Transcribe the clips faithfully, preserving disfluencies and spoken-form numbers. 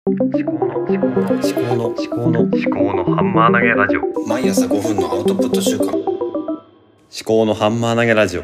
思考の思考の思考の思考の思考のハンマー投げラジオ。 毎朝ごふんのアウトプット週間。 思考のハンマー投げラジオ。 はい、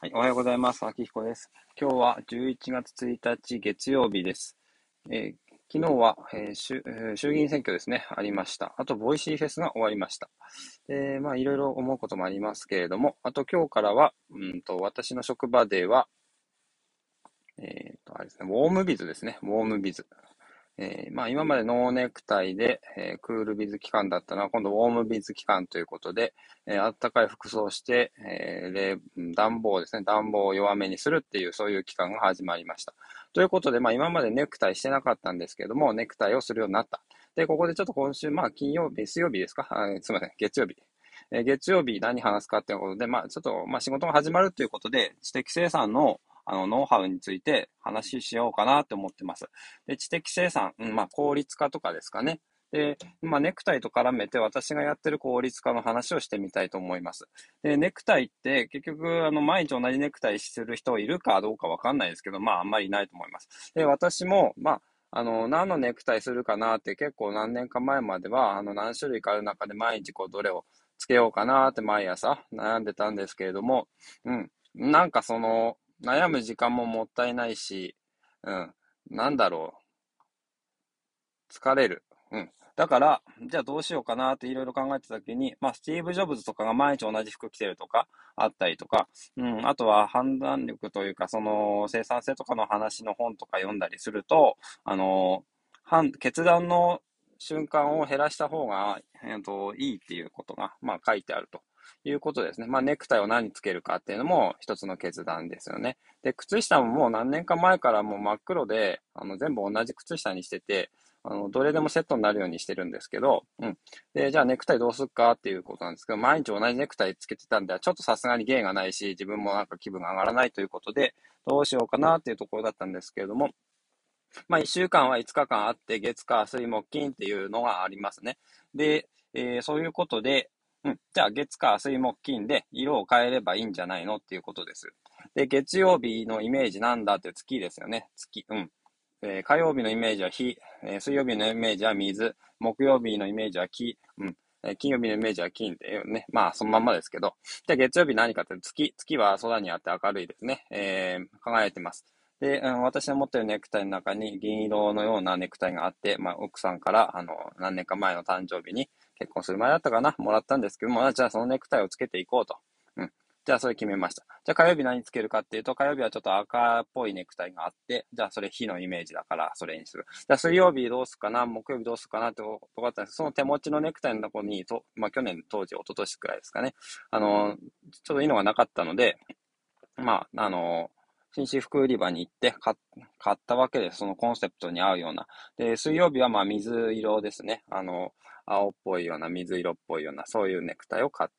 おはようございます。秋彦です。今日はじゅういちがつついたち月曜日です。えー昨日は、えー衆、えー衆議院選挙ですね、ありました。あと、ボイシーフェスが終わりました。えーまあ、いろいろ思うこともありますけれども、あと今日からは、うんと、私の職場では、えーと、あれですね、ウォームビズですね、ウォームビズ。えーまあ、今までノーネクタイで、えークールビズ期間だったのは、今度ウォームビズ期間ということで、えー、暖かい服装をして、えー冷暖房ですね、暖房を弱めにするっていう、そういう期間が始まりました。ということで、まあ、今までネクタイしてなかったんですけども、ネクタイをするようになった。で、ここでちょっと今週、まあ、金曜日、水曜日ですか、あすみません、月曜日。えー月曜日何話すかっていうことで、まあ、ちょっと、まあ、仕事が始まるということで、知的生産のあの、ノウハウについて話ししようかなって思ってます。で、知的生産、うん、まあ、効率化とかですかね。で、まあ、ネクタイと絡めて私がやってる効率化の話をしてみたいと思います。で、ネクタイって結局、あの、毎日同じネクタイする人いるかどうかわかんないですけど、まあ、あんまりいないと思います。で、私も、まあ、あの、何のネクタイするかなって結構何年か前までは、あの、何種類かある中で毎日こう、どれをつけようかなって毎朝悩んでたんですけれども、うん。なんかその、悩む時間ももったいないし、うん。なんだろう。疲れる。うん。だから、じゃあどうしようかなっていろいろ考えてた時に、まあ、スティーブ・ジョブズとかが毎日同じ服着てるとか、あったりとか、うん。あとは判断力というか、その、生産性とかの話の本とか読んだりすると、あの、判、決断の瞬間を減らした方が、えっと、いいっていうことが、まあ、書いてあるということですね。まあ、ネクタイを何つけるかっていうのも一つの決断ですよね。で、靴下ももう何年か前からもう真っ黒で、あの、全部同じ靴下にしてて、あの、どれでもセットになるようにしてるんですけど、うん。で、じゃあネクタイどうするかっていうことなんですけど、毎日同じネクタイつけてたんでは、ちょっとさすがに芸がないし、自分もなんか気分が上がらないということで、どうしようかなっていうところだったんですけれども、まあ、いっしゅうかんはいつかかんあって、月火水木金っていうのがありますね。で、えーそういうことで、うん、じゃあ月火水木金で色を変えればいいんじゃないのっていうことです。で、月曜日のイメージなんだって月ですよね。月。うん。えー火曜日のイメージは火、えー水曜日のイメージは水、木曜日のイメージは木、うん。えー金曜日のイメージは金っていうね。まあ、そのまんまですけど。じゃあ月曜日何かって月。月は空にあって明るいですね。えー輝いてます。で、うん、私の持ってるネクタイの中に銀色のようなネクタイがあって、まあ、奥さんから、あの、何年か前の誕生日に、結婚する前だったかな、もらったんですけども、じゃあそのネクタイをつけていこうと。うん。じゃあそれ決めました。じゃあ火曜日何つけるかっていうと、火曜日はちょっと赤っぽいネクタイがあって、じゃあそれ火のイメージだからそれにする。じゃあ水曜日どうすかな、木曜日どうすかなってとこだったんです。その手持ちのネクタイのとこに、と、まあ去年当時、一昨年くらいですかね。あの、ちょっといいのがなかったので、まあ、あの、紳士服売り場に行って買買ったわけです。そのコンセプトに合うような。で、水曜日はまあ水色ですね。あの、青っぽいような、水色っぽいような、そういうネクタイを買って、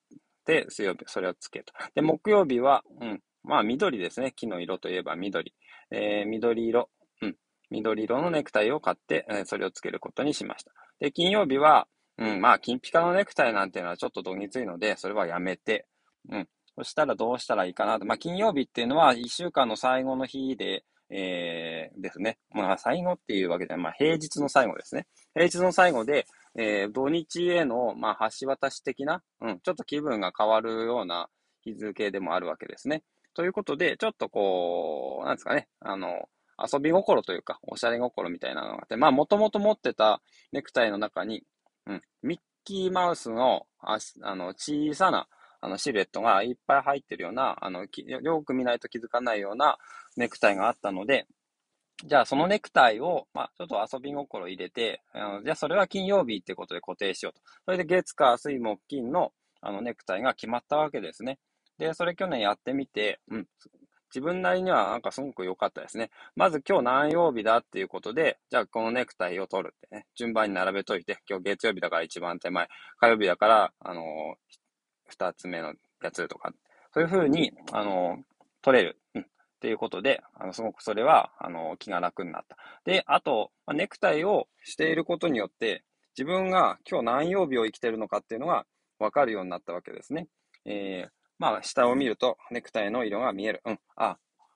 水曜日それをつけと。で、木曜日は、うん、まあ緑ですね。木の色といえば緑。えー、緑色。うん。緑色のネクタイを買って、えーそれをつけることにしました。で、金曜日は、うん、まあ、金ピカのネクタイなんていうのはちょっとどぎついので、それはやめて、うん。そしたらどうしたらいいかなと。まあ、金曜日っていうのは、一週間の最後の日で、えー、ですね。まあ、最後っていうわけでは、まあ、平日の最後ですね。平日の最後で、えー、土日への、まあ、橋渡し的な、うん、ちょっと気分が変わるような日付でもあるわけですね。ということで、ちょっとこう、なんですかね、あの、遊び心というか、おしゃれ心みたいなのがあって、まあ、もともと持ってたネクタイの中に、うん、ミッキーマウスの、ああの、小さな、あの、シルエットがいっぱい入ってるような、あの、きよく見ないと気づかないようなネクタイがあったので、じゃあそのネクタイを、まあ、ちょっと遊び心入れて、あのじゃあそれは金曜日ってことで固定しようと。それで月火水木金の、あの、ネクタイが決まったわけですね。で、それ去年やってみて、うん、自分なりにはなんかすごく良かったですね。まず今日何曜日だっていうことで、じゃあこのネクタイを取るってね、順番に並べといて、今日月曜日だから一番手前、火曜日だから、あのー二つ目のやつとか、そういう風に、あの、取れる。うん。っていうことで、あの、すごくそれは、あの、気が楽になった。で、あと、まあネクタイをしていることによって、自分が今日何曜日を生きているのかっていうのが分かるようになったわけですね。えー、まあ、下を見ると、ネクタイの色が見える。うん。あ、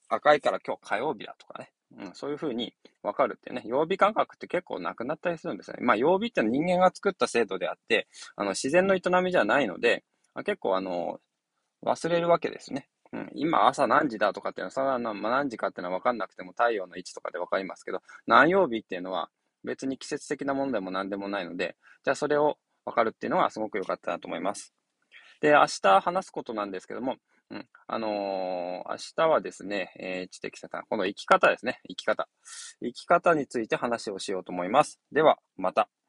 赤いから今日火曜日だとかね。うん、そういうふうに分かるってね、曜日感覚って結構なくなったりするんですよね。まあ、曜日って人間が作った制度であって、あの、自然の営みじゃないので、あ結構あの、忘れるわけですね。うん、今朝何時だとかっていうのは、それは何何時かっていうのは分かんなくても太陽の位置とかで分かりますけど、何曜日っていうのは別に季節的なものでも何でもないので、じゃあそれを分かるっていうのはすごく良かったなと思います。で、明日話すことなんですけども、うん、あのー明日はですね、えー、知的さん、この生き方ですね、生き方。生き方について話をしようと思います。では、また。